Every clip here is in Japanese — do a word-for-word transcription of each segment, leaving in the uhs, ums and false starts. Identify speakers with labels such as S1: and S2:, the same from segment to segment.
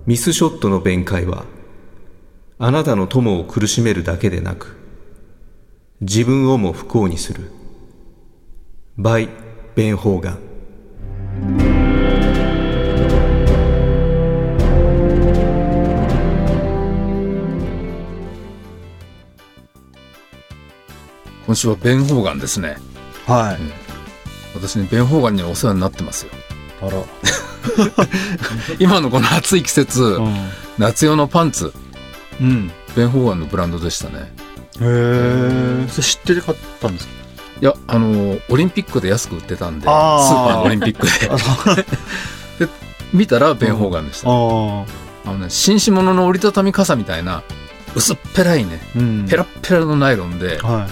S1: ミスショットの弁解はあなたの友を苦しめるだけでなく自分をも不幸にする。バイ・ベン・ホーガン。
S2: 今週はベン・ホーガンですね。
S3: はい、
S2: うん、私ねベン・ホーガンにはお世話になってますよ。
S3: あら
S2: 今のこの暑い季節、うん、夏用のパンツ、
S3: うん、
S2: ベン・ホーガンのブランドでしたね。
S3: へえ。それ知ってて買ったんですか？
S2: いや、あのオリンピックで安く売ってたんで、スーパーのオリンピックでで見たらベン・ホーガンでした。ああの、ね、紳士物の折りたたみ傘みたいな薄っぺらいね、うん、ペラッペラのナイロンで、はい、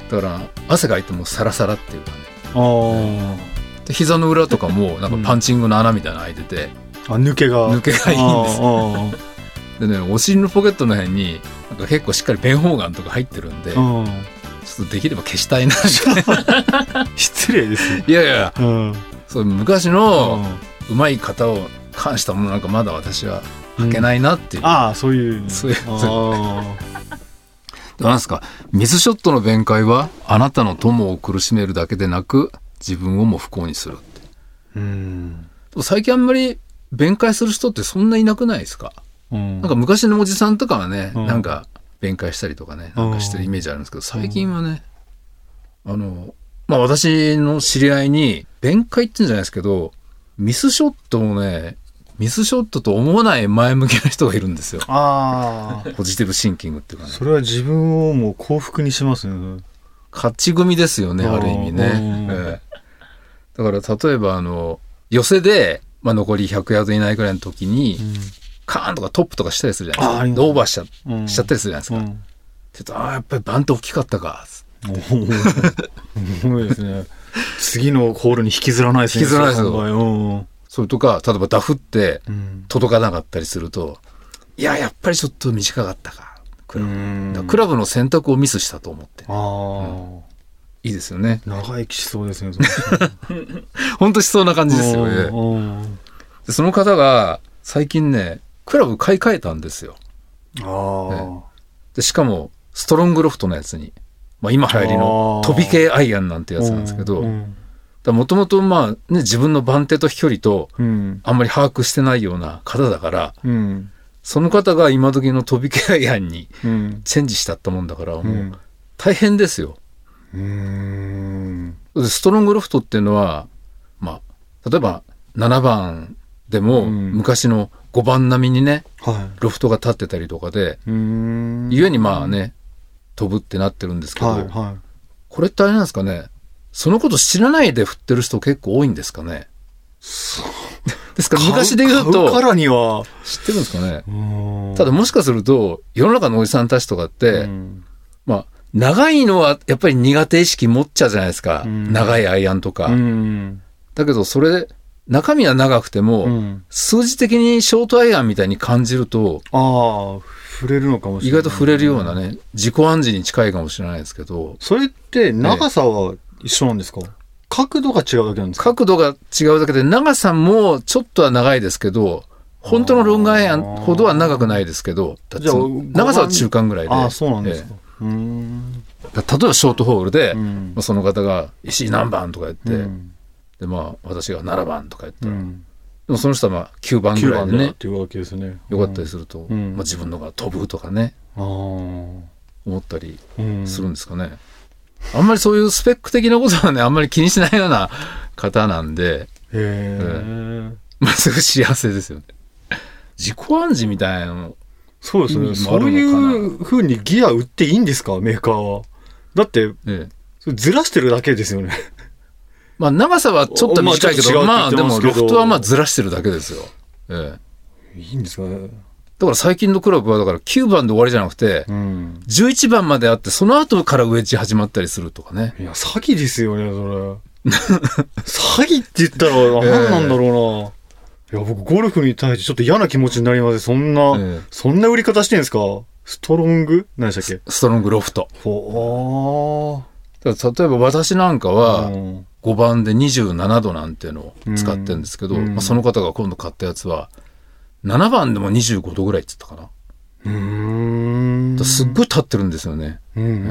S2: だから汗がいてもサラサラっていうかね。あで膝の裏とかもなんかパンチングの穴みたいなの開いてて、うん、
S3: あ抜けが
S2: 抜けがいいんですよ。でね、お尻のポケットの辺になんか結構しっかりベン・ホーガンとか入ってるんで、ちょっとできれば消したいな
S3: 失礼ですよ。
S2: いやいや、うん、そう昔のうまい型を冠したものなんかまだ私は履けないなっていう、うん、
S3: ああそういう
S2: そういうあどうなんですか。ミスショットの弁解はあなたの友を苦しめるだけでなく自分をも不幸にするって。うん、最近あんまり弁解する人ってそんないなくないですか？うん、なんか昔のおじさんとかはね、うん、なんか弁解したりとかね、なんかしてるイメージあるんですけど、最近はね、うん、あのまあ私の知り合いに弁解って言うんじゃないですけど、ミスショットをね、ミスショットと思わない前向きな人がいるんですよ。あポジティブシンキングっていうかね。
S3: それは自分をもう幸福にしますね。
S2: 勝ち組ですよね、ある意味ね。ええ、だから例えばあの寄せで、まあ、残りひゃくヤード以内ぐらいの時に、うん、カーンとかトップとかしたりするじゃないですか。オーバーしちゃ、うん、しちゃったりするじゃないですか。うん、ちょっとああやっぱりバント大きかったか。
S3: すごいですね。次のホールに引きずらないですね。
S2: 引きずらないですよ。それとか例えばダフって届かなかったりすると、うん、いややっぱりちょっと短かったか。クラブ、だからクラブの選択をミスしたと思って。あ、うん、いいですよね。
S3: 長生きしそうですね。
S2: 本当しそうな感じですよね。でその方が最近ねクラブ買い替えたんですよ。あ、ね、でしかもストロングロフトのやつに、まあ、今流行りの飛び系アイアンなんてやつなんですけど、もともとまあね自分の番手と飛距離とあんまり把握してないような方だから、うん、その方が今時の飛び系アイアンにチェンジしたったもんだから、もう大変ですよ。うーん、ストロングロフトっていうのは、まあ、例えばななばんでも昔のごばん並みにね、うん、ロフトが立ってたりとかで、はい、ゆえにまあね飛ぶってなってるんですけど、はいはい、これってあれなんですかね、そのこと知らないで振ってる人結構多いんですかね。ですから昔で言うと
S3: 買うからには
S2: 知ってるんですかね。ただもしかすると世の中のおじさんたちとかって、うん、まあ長いのはやっぱり苦手意識持っちゃうじゃないですか、うん、長いアイアンとか、うん、だけどそれ中身は長くても、うん、数字的にショートアイアンみたいに感じると、
S3: ああ触れるのかもしれない、
S2: 意外と触れるようなね、自己暗示に近いかもしれないですけど。
S3: それって長さは一緒なんですか？ね、角度が違うだけなんですか？
S2: 角度が違うだけで長さもちょっとは長いですけど、本当のロングアイアンほどは長くないですけど、じゃあ長さは中間ぐらいで。
S3: ああそうなんですか。ええ、うー
S2: ん、例えばショートホールで、うん、まあ、その方が石井何番とか言って、うん、でまあ私がななばんとか言ったら、うん、でもその人はまあきゅうばんぐらいでね、
S3: っていうわけですね、
S2: よかったりすると、うん、まあ、自分のが飛ぶとかね、あ思ったりするんですかね。あんまりそういうスペック的なことはねあんまり気にしないような方なんで、へー、まあすごい幸せですよね。自己暗示みたいなの。
S3: そうですね。そういう風にギア売っていいんですか、メーカーは。だって、ええ、ずらしてるだけですよね。
S2: まあ長さはちょっと短いけど、まあでもロフトはまあずらしてるだけですよ。え
S3: え、いいんですかね。
S2: だから最近のクラブはだからきゅうばんで終わりじゃなくて、うん、じゅういちばんまであってその後からウェッジ始まったりするとかね。
S3: いや詐欺ですよねそれ。詐欺って言ったら何なんだろうな。えー、いや僕ゴルフに対してちょっと嫌な気持ちになります。そんな、えー、そんな売り方してんですか。ストロング何でしたっけ。
S2: ストロングロフト。ほだから例えば私なんかはごばんでにじゅうななどなんていうのを使ってるんですけど、うんうん、まあ、その方が今度買ったやつはななばんでもにじゅうごどぐらいって言ったかな。
S3: うーん。
S2: すっごい立ってるんですよね。
S3: うんうんうん。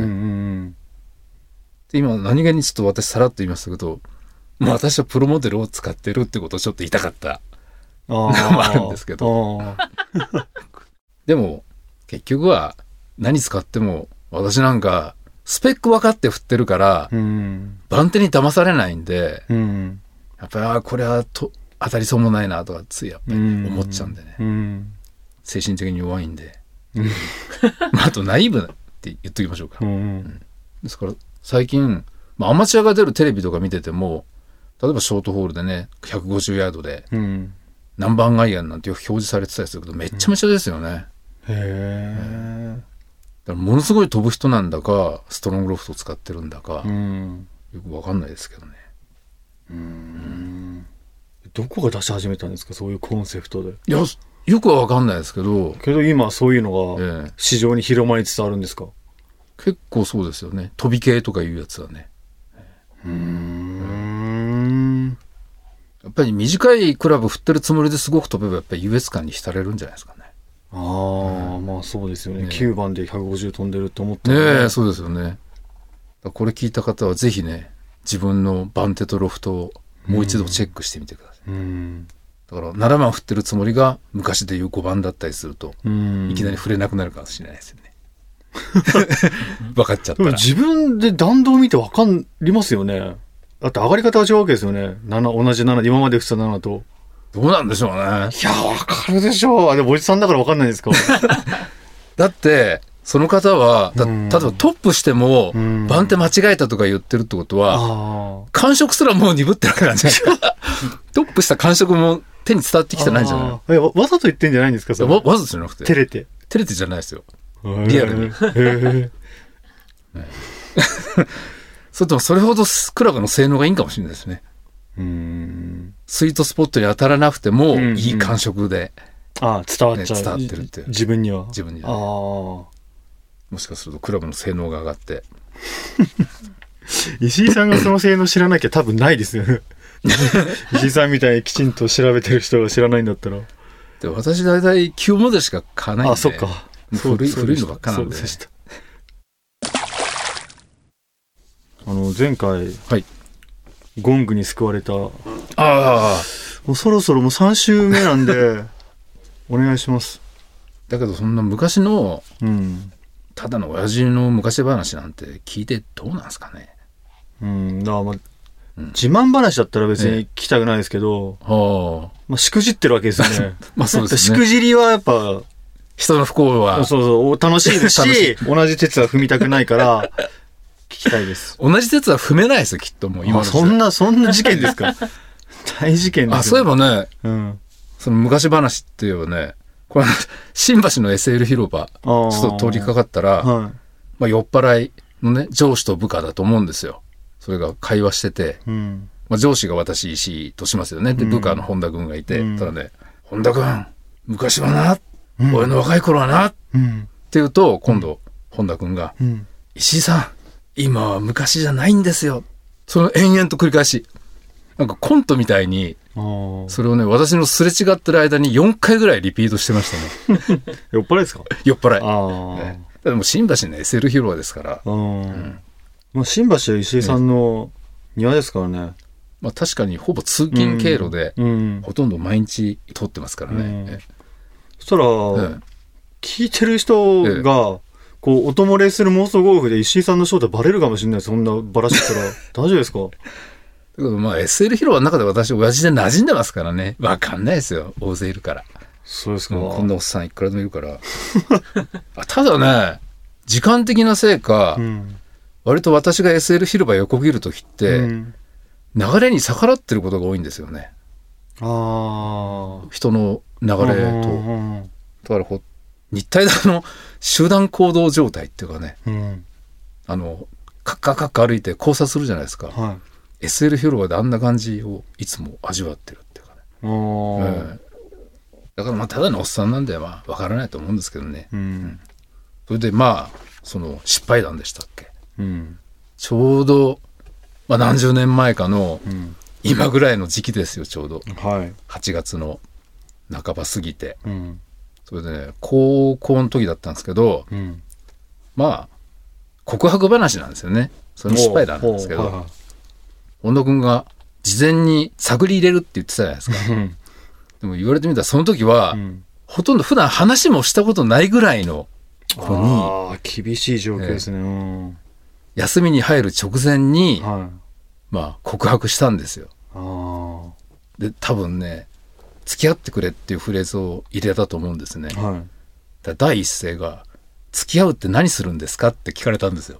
S2: で今何気にちょっと私さらっと言いましたけど、まあ私はプロモデルを使ってるってことをちょっと言いたかったのもあるんですけど。でも結局は何使っても私なんかスペック分かって振ってるから、うん、番手に騙されないんで、うん、やっぱりあこれはと当たりそうもないなとかついやっぱり思っちゃうんでね、うん、精神的に弱いんで、うんまあ、あとナイーブって言っときましょうか、うんうん、ですから最近、まあ、アマチュアが出るテレビとか見てても例えばショートホールでねひゃくごじゅうヤードで、うん、何番アイアンなんてよく表示されてたりするけどめっちゃめちゃですよね、うん、へえ、だからものすごい飛ぶ人なんだかストロングロフトを使ってるんだか、うん、よく分かんないですけどね。うーん、
S3: どこが出し始めたんですかそういうコンセプトで。
S2: いやよくは分かんないですけど
S3: けど今そういうのが市場に広まりつつあるんですか。
S2: ええ、結構そうですよね。飛び系とかいうやつはね。うーん、やっぱり短いクラブ振ってるつもりですごく飛べばやっぱり優越感に浸れるんじゃないですかね。
S3: ああ、うん、まあそうですよね。ねきゅうばんでひゃくごじゅう飛んでると思った
S2: らね。ね、そうですよね。これ聞いた方はぜひね、自分の番手とロフトをもう一度チェックしてみてください。うん、だからななばん振ってるつもりが昔でいうごばんだったりすると、うん、いきなり振れなくなるかもしれないですよね。分かっちゃったら。
S3: 自分で弾道見て分かりますよね。だって上がり方が違うわけですよね。なな同じなな、今まで振ってたななと。
S2: どうなんでしょうね。い
S3: や、わかるでしょう。あ、でもおじさんだからわかんないですか。
S2: だって、その方は、た、例えばトップしても、番手間違えたとか言ってるってことは、感触すらもう鈍ってるわけなんじゃないですか。トップした感触も手に伝わってきてないんじゃない
S3: え、わ、わざと言ってんじゃないんですかそれ。
S2: わ、わざとじゃなくて。
S3: 照れて。
S2: 照れてじゃないですよ。リアルに。へーね、それともそれほどクラブの性能がいいんかもしれないですね。うーん、スイートスポットに当たらなくてもいい感触で、
S3: うんうん、ああ伝わっちゃう、ね、
S2: 伝わってるって
S3: 自分には
S2: 自分には、ね、あもしかするとクラブの性能が上がって
S3: 石井さんがその性能知らなきゃ多分ないですよね。石井さんみたいにきちんと調べてる人が知らないんだったら。
S2: で私大体旧モデルしか買わないんで。
S3: あ、そっか。
S2: 古い古いのばっかなんで。そうでした。
S3: あの前回、はい、ゴングに救われた。あ
S2: あ、
S3: もうそろそろもうさん週目なんでお願いします。
S2: だけどそんな昔の、うん、ただの親父の昔話なんて聞いてどうなんですかね。
S3: うん、だからまあ、うん、自慢話だったら別に聞きたくないですけど、ええ、まあ、しくじってるわけですよね。まあそうですね。しくじりはやっぱ
S2: 人の不幸は
S3: そうそう楽しいですし同じ鉄は踏みたくないから聞きたいです。
S2: 同じ鉄は踏めないですよきっと。もう今の
S3: そんなそんな事件ですか。大事件ですよ。
S2: あ、そういえばね、うん、その昔話って言えばね、これ新橋の エスエル 広場ちょっと通りかかったら、はい、まあ、酔っ払いのね上司と部下だと思うんですよ。それが会話してて、うん、まあ、上司が私石井としますよね。で部下の本田君がいて、うん、ただね、本田君昔はな、うん、俺の若い頃はな、うん、って言うと今度、うん、本田君が、うん、石井さん今は昔じゃないんですよ。その延々と繰り返しなんかコントみたいにそれをね私のすれ違ってる間によんかいぐらいリピートしてましたね。
S3: 酔っ払いですか。
S2: 酔っ払い。あ、ね、でも新橋の エスエル 広場ですから、うん、
S3: まあ、新橋は石井さんの庭ですからね、ね、
S2: まあ、確かにほぼ通勤経路で、うん、ほとんど毎日通ってますからね、うん、
S3: そしたら、ええ、聞いてる人が、ええ、こう音漏れする妄想ゴルフで石井さんの正体バレるかもしれない。そんなバラしてたら大丈夫ですか。
S2: まあ エスエル 広場の中で私親父で馴染んでますからね。わかんないですよ、大勢いるから。
S3: そうですか。
S2: こんなおっさんいくらでもいるからただね時間的なせいか、うん、割と私が エスエル 広場横切るときって、うん、流れに逆らってることが多いんですよね。あ、人の流れと、だからほ日体大の集団行動状態っていうかね、うん、あのカッカカッカ歩いて交差するじゃないですか、はい、エスエル 広場であんな感じをいつも味わってるっていうかね、えー、だからまあただのおっさんなんでまあ分からないと思うんですけどね、うんうん、それでまあその失敗談でしたっけ、うん、ちょうど、まあ、何十年前かの今ぐらいの時期ですよちょうど、はい、はちがつの半ば過ぎて、
S3: うん、
S2: それでね高校の時だったんですけど、
S3: うん、
S2: まあ告白話なんですよね。それも失敗談なんですけど、はいはい、本田君が事前に探り入れるって言ってたじゃないですかでも言われてみたらその時は、うん、ほとんど普段話もしたことないぐらいの子に、
S3: あ厳しい状況ですね、えーうん、
S2: 休みに入る直前に、はい、まあ告白したんですよ。
S3: あ
S2: で多分ね付き合ってくれっていうフレーズを入れたと思うんですね、
S3: はい、
S2: だ第一声が付き合うって何するんですかって聞かれたんですよ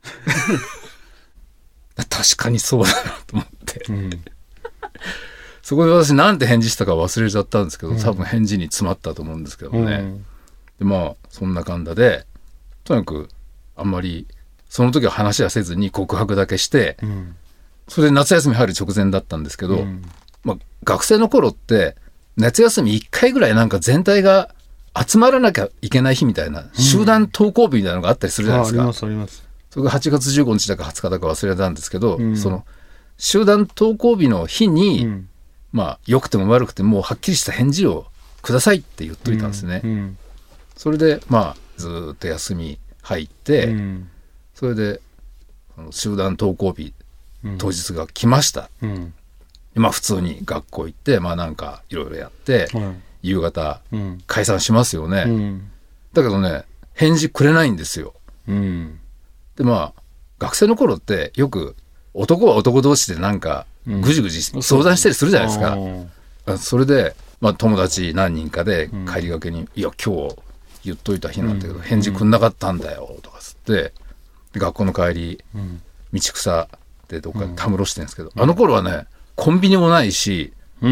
S2: 確かにそうだなと思って、うん、そこで私なんて返事したか忘れちゃったんですけど、多分返事に詰まったと思うんですけどね、うん、でまあそんなかんだでとにかくあんまりその時は話はせずに告白だけして、うん、それで夏休み入る直前だったんですけど、うんまあ、学生の頃って夏休みいっかいぐらいなんか全体が集まらなきゃいけない日みたいな集団登校日みたいなのがあったりするじゃないですか、
S3: うん、あ、ありますあります。
S2: それがはちがつじゅうごにちだかはつかだか忘れたんですけど、うん、その集団登校日の日に、うん、まあ良くても悪くてもはっきりした返事をくださいって言っといたんですね、
S3: うんうん、
S2: それでまあずっと休み入って、うん、それで集団登校日、うん、当日が来ました、うん、まあ普通に学校行ってまあなんかいろいろやって、うん、夕方、うん、解散しますよね、うん、だけどね返事くれないんですよ、うん、でまあ学生の頃ってよく男は男同士でなんかぐじぐじ相談したりするじゃないですか、うん、それで、まあ、友達何人かで帰りがけに、うん、いや今日言っといた日なんだけど、うん、返事くんなかったんだよとかつって学校の帰り、うん、道草でどっかたむろしてるんですけど、うん、あの頃はねコンビニもないし、
S3: うん、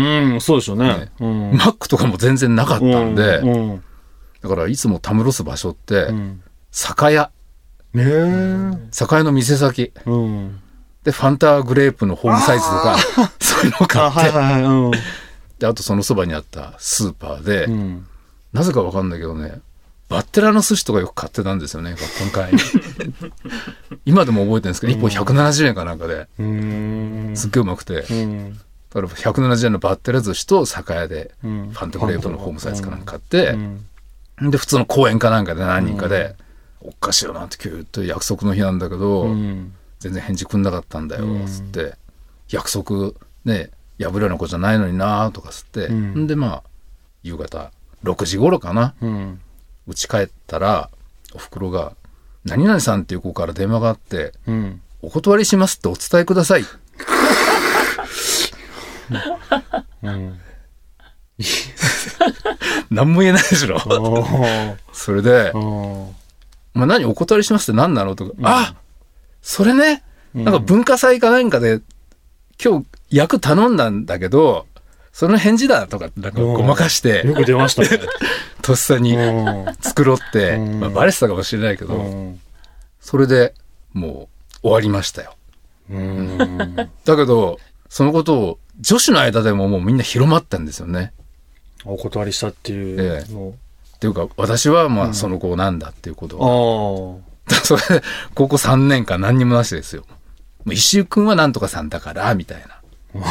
S3: そうでしょうね、ね
S2: うん、マックとかも全然なかったんで、うんうん、だからいつもたむろす場所って、うん、酒屋、
S3: ね、
S2: 酒屋の店先、うん、でファンタグレープのホームサイズとかそういうのを買って、あ、はいはいはい、うん、であとそのそばにあったスーパーで、うん、なぜか分かんないけどねバッテラの寿司とかよく買ってたんですよね学校の帰り今でも覚えてるんですけど、うん、いっぽんひゃくななじゅうえんかなんかで、うん、すっげえうまくて、うん、だからひゃくななじゅうえんのバッテラ寿司と酒屋でファンタグレープのホームサイズかなんか買って、うん、で普通の公園かなんかで何人かで、うん、おかしいよなって今日言って約束の日なんだけど、うん、全然返事くんなかったんだよつって、うん、約束ね破るような子じゃないのになとかつって、うん、でまあ夕方ろくじ頃かな、うん家帰ったらおふくろが何々さんっていう子から電話があって、うん、お断りしますってお伝えください、うん、何も言えないでしょそれで、まあ、何お断りしますって何なのとか、うん、あそれねなんか文化祭か何かで今日役頼んだんだけどその返事だとかなんかごまかして
S3: よく出ましたね
S2: とっさに繕って、まあ、バレてたかもしれないけどそれでもう終わりましたよ。うんだけどそのことを女子の間でももうみんな広まったんですよね。
S3: お断りしたっていうの、え
S2: え、っていうか私はまあその子なんだっていうことは、うん、それで高校さんねんかん何にもなしですよ。もう石井くんはなんとかさんだからみたいな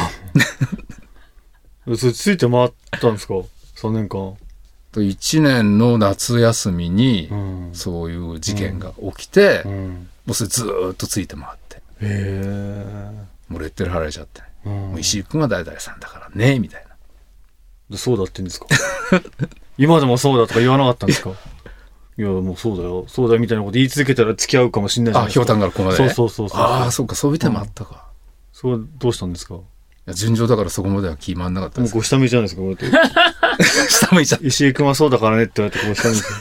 S3: それついて回ったんですかさんねんかん。
S2: いちねんの夏休みにそういう事件が起きて、うんうん、もうそれずーっとついて回って
S3: へ
S2: もうレッテル貼られちゃって、ねうん、もう石井くんは誰々さんだからねみたい
S3: な。そうだって言うんですか今でもそうだとか言わなかったんですかいやもうそうだよそうだよみたいなこと言い続けたら付き合うかもしれないじゃないですか。
S2: あひょうたんからこので
S3: そうそうそうそう
S2: ああそうかそういう手もあったか、うん、
S3: そうどうしたんですか。
S2: いや順調だからそこまでは気回んなかったです。
S3: もうこう下向いちゃうんですかこうやって
S2: 下向いちゃう
S3: 石井君はそうだからねって言われてこう下向いち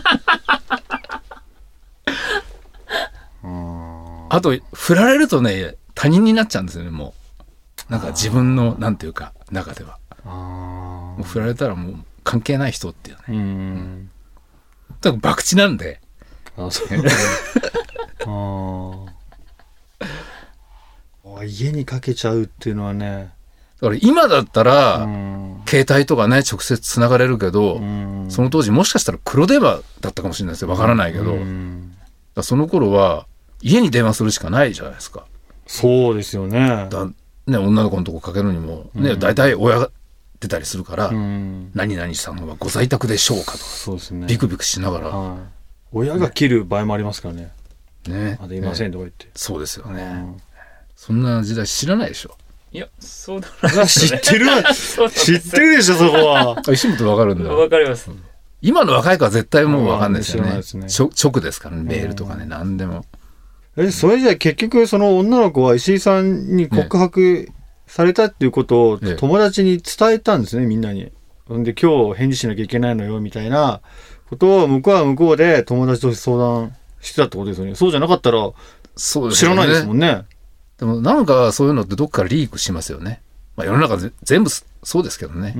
S3: ゃう
S2: あと振られるとね他人になっちゃうんですよね。もうなんか自分のなんていうか中ではあもう振られたらもう関係ない人っていうねうん、うん、だから博打なんであそう
S3: あ家にかけちゃうっていうのはね。
S2: だから今だったら、うん、携帯とかね直接つながれるけど、うん、その当時もしかしたら黒電話だったかもしれないですよわからないけど、うん、だその頃は家に電話するしかないじゃないですか。
S3: そうですよね。
S2: だね女の子のとこかけるにもね、うん、大体親出たりするから、
S3: うん、
S2: 何々さんはご在宅でしょうかとか、
S3: そうですね、
S2: ビクビクしながら、
S3: はい、親が切る場合もありますからね。
S2: ね、
S3: まだいませんとか言って、ね、
S2: そうですよね、
S3: うん、
S2: そんな時代知らないでしょ。
S4: いや、そうだな、ね、
S3: 知ってる知ってるでしょ、そこは。
S2: 石本わかるんだ。
S4: わかります。今
S2: の若い子は絶対もうわかんないですよね。
S3: ですね、
S2: 直ですからね、メールとかね、何でも。
S3: え、それじゃあ結局その女の子は石井さんに告白されたっていうことを友達に伝えたんですね、みんなに。んで今日返事しなきゃいけないのよみたいなことを向こうは向こうで友達と相談してたってことですよね。そうじゃなかったら知らないですもんね。
S2: でもなんかそういうのってどっかリークしますよね。まあ世の中全部そうですけどね。
S3: うん、うん、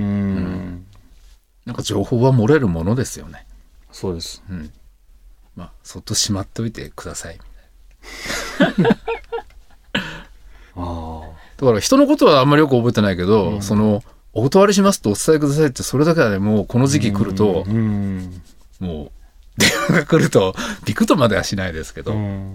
S2: なんか情報は漏れるものですよね。
S3: そうです。
S2: うん。まあそっとしまっておいてくださいみたいな。ああ。だから人のことはあんまりよく覚えてないけど、うん、そのお断りしますとお伝えくださいってそれだけでもうこの時期来ると、
S3: うん、
S2: もう電話が来るとビクとまではしないですけど、
S3: うん、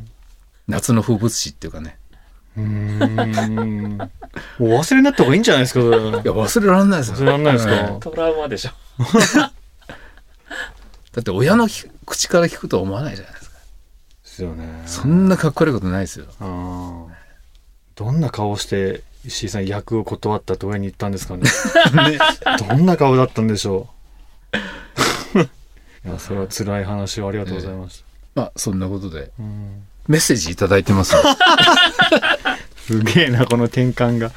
S2: 夏の風物詩っていうかね。
S3: うーんもう忘れになった方がいいんじゃないですか。いや
S2: 忘れられないですよ。
S3: 忘れられないですか。
S4: トラウマでしょ。
S2: だって親の口から聞くと思わないじゃないですか。
S3: ですよね。
S2: そんなかっこ悪いことないですよ。
S3: あどんな顔して石井さん役を断ったと親に言ったんですかね。ねどんな顔だったんでしょう。いやそれは辛い話をありがとうございました。
S2: えー、まあそんなことで、
S3: うん、
S2: メッセージいただいてます。
S3: すげえなこの転換が。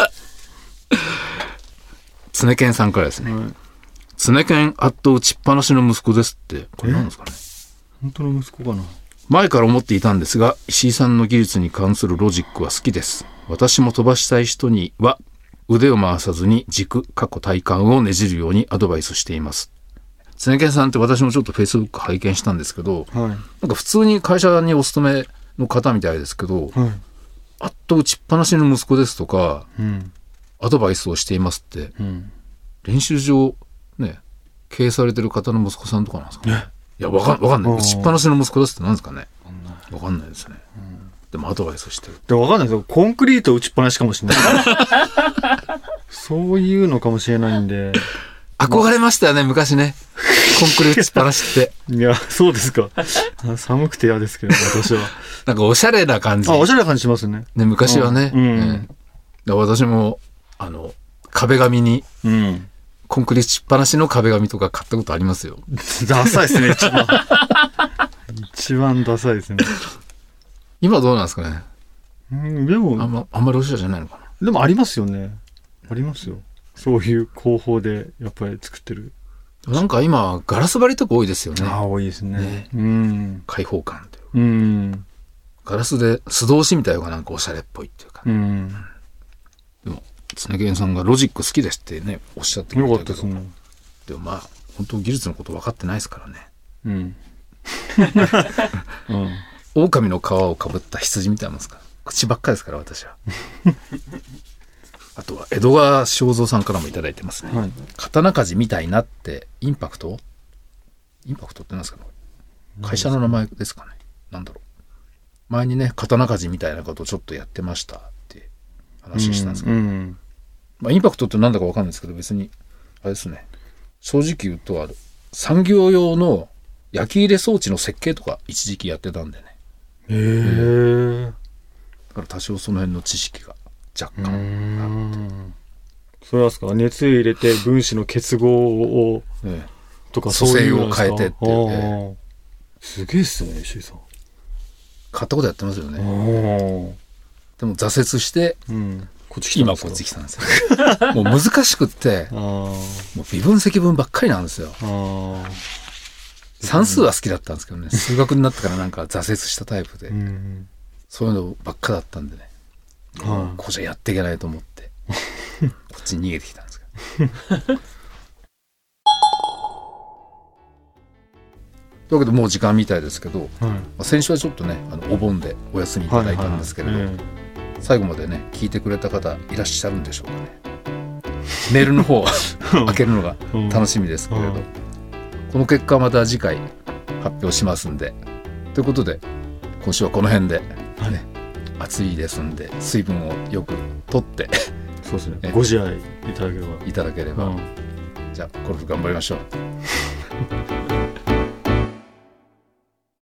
S2: 常健さんからですね。常健あっと打ちっぱなしの息子ですって、これ何ですかね。
S3: 本当の息子かな。
S2: 前から思っていたんですが、石井さんの技術に関するロジックは好きです。私も飛ばしたい人には腕を回さずに軸、過去体幹をねじるようにアドバイスしています。常健さんって私もちょっとフェイスブック拝見したんですけど、
S3: はい、
S2: なんか普通に会社にお勤めの方みたいですけど、
S3: はい、
S2: あっと打ちっぱなしの息子ですとか、
S3: うん、
S2: アドバイスをしていますって、
S3: うん、
S2: 練習場ね経営されてる方の息子さんとかなんですかね。いやわかんわかんない。打ちっぱなしの息子ですって何ですかね。わかんないですね。うん、でもアドバイスしてる。
S3: でわかんないですよ。コンクリート打ちっぱなしかもしれない。そういうのかもしれないんで。
S2: 憧れましたよね、昔ね。コンクリート打ちっぱなしって。
S3: いや、そうですか。寒くて嫌ですけど、私は。
S2: なんかおしゃれな感じ。
S3: あ、おしゃれな感じしますね。
S2: ね、昔はね。
S3: うんうん
S2: えー、私も、あの、壁紙に、
S3: うん、
S2: コンクリート打ちっぱなしの壁紙とか買ったことありますよ。
S3: ダサいですね、一番。一番ダサいですね。
S2: 今どうなんですかね。
S3: うん、でも
S2: あんま、あんまりおしゃれじゃないのかな。
S3: でもありますよね。ありますよ。そういう工法でやっぱり作ってる。
S2: なんか今ガラス張りとか多いですよね。
S3: ああ、多いですね。ね、
S2: うん、開放感というか、
S3: うん、
S2: ガラスで素通しみたいなのがなんかおしゃれっぽいっていうか、
S3: ね、うん、
S2: でも常健さんがロジック好きですってねおっしゃってくれたけど、
S3: よかったですね。
S2: でもまあ本当技術のこと分かってないですからね。
S3: うん。
S2: うん、狼の皮をかぶった羊みたいなんですか。口ばっかですから私は。あとは江戸川正蔵さんからもいただいてますね、
S3: はい、
S2: 刀鍛冶みたいなってインパクトインパクトって何ですかね。会社の名前ですかね。なんだろう。前にね刀鍛冶みたいなことをちょっとやってましたって話したんですけど、
S3: うんうん、
S2: まあ、インパクトって何だか分かんないですけど別にあれですね。正直言うとある産業用の焼き入れ装置の設計とか一時期やってたんでね。
S3: へえ。
S2: だから多少その辺の知識が若干あって。
S3: それはですか。熱入れて分子の結合を、ええ、とかそういうの
S2: を変えてっていう、
S3: ええ、すげえっすね石井さん。
S2: 買ったことやってますよね。でも挫折して、
S3: うん、こっち
S2: 今こっち来たんですよ。もう難しくってもう微分積分ばっかりなんですよ。
S3: あ
S2: 算数は好きだったんですけどね、数学になってからなんか挫折したタイプで、
S3: うん、
S2: そういうのばっかだったんでね、うん、ここじゃやっていけないと思ってこっちに逃げてきたんですけどというわけでもう時間みたいですけど、はい、まあ、先週はちょっとねあのお盆でお休みいただいたんですけれど、はいはいはい、最後までね聞いてくれた方いらっしゃるんでしょうかね。メールの方を開けるのが楽しみですけれど、うんうん、この結果はまた次回発表しますんで、ということで今週はこの辺で、ね、はい、暑いですんで水分をよくとって、
S3: そそうですね。ご自愛いただければ。
S2: いただければ。うん、じゃあゴルフ頑張りましょう。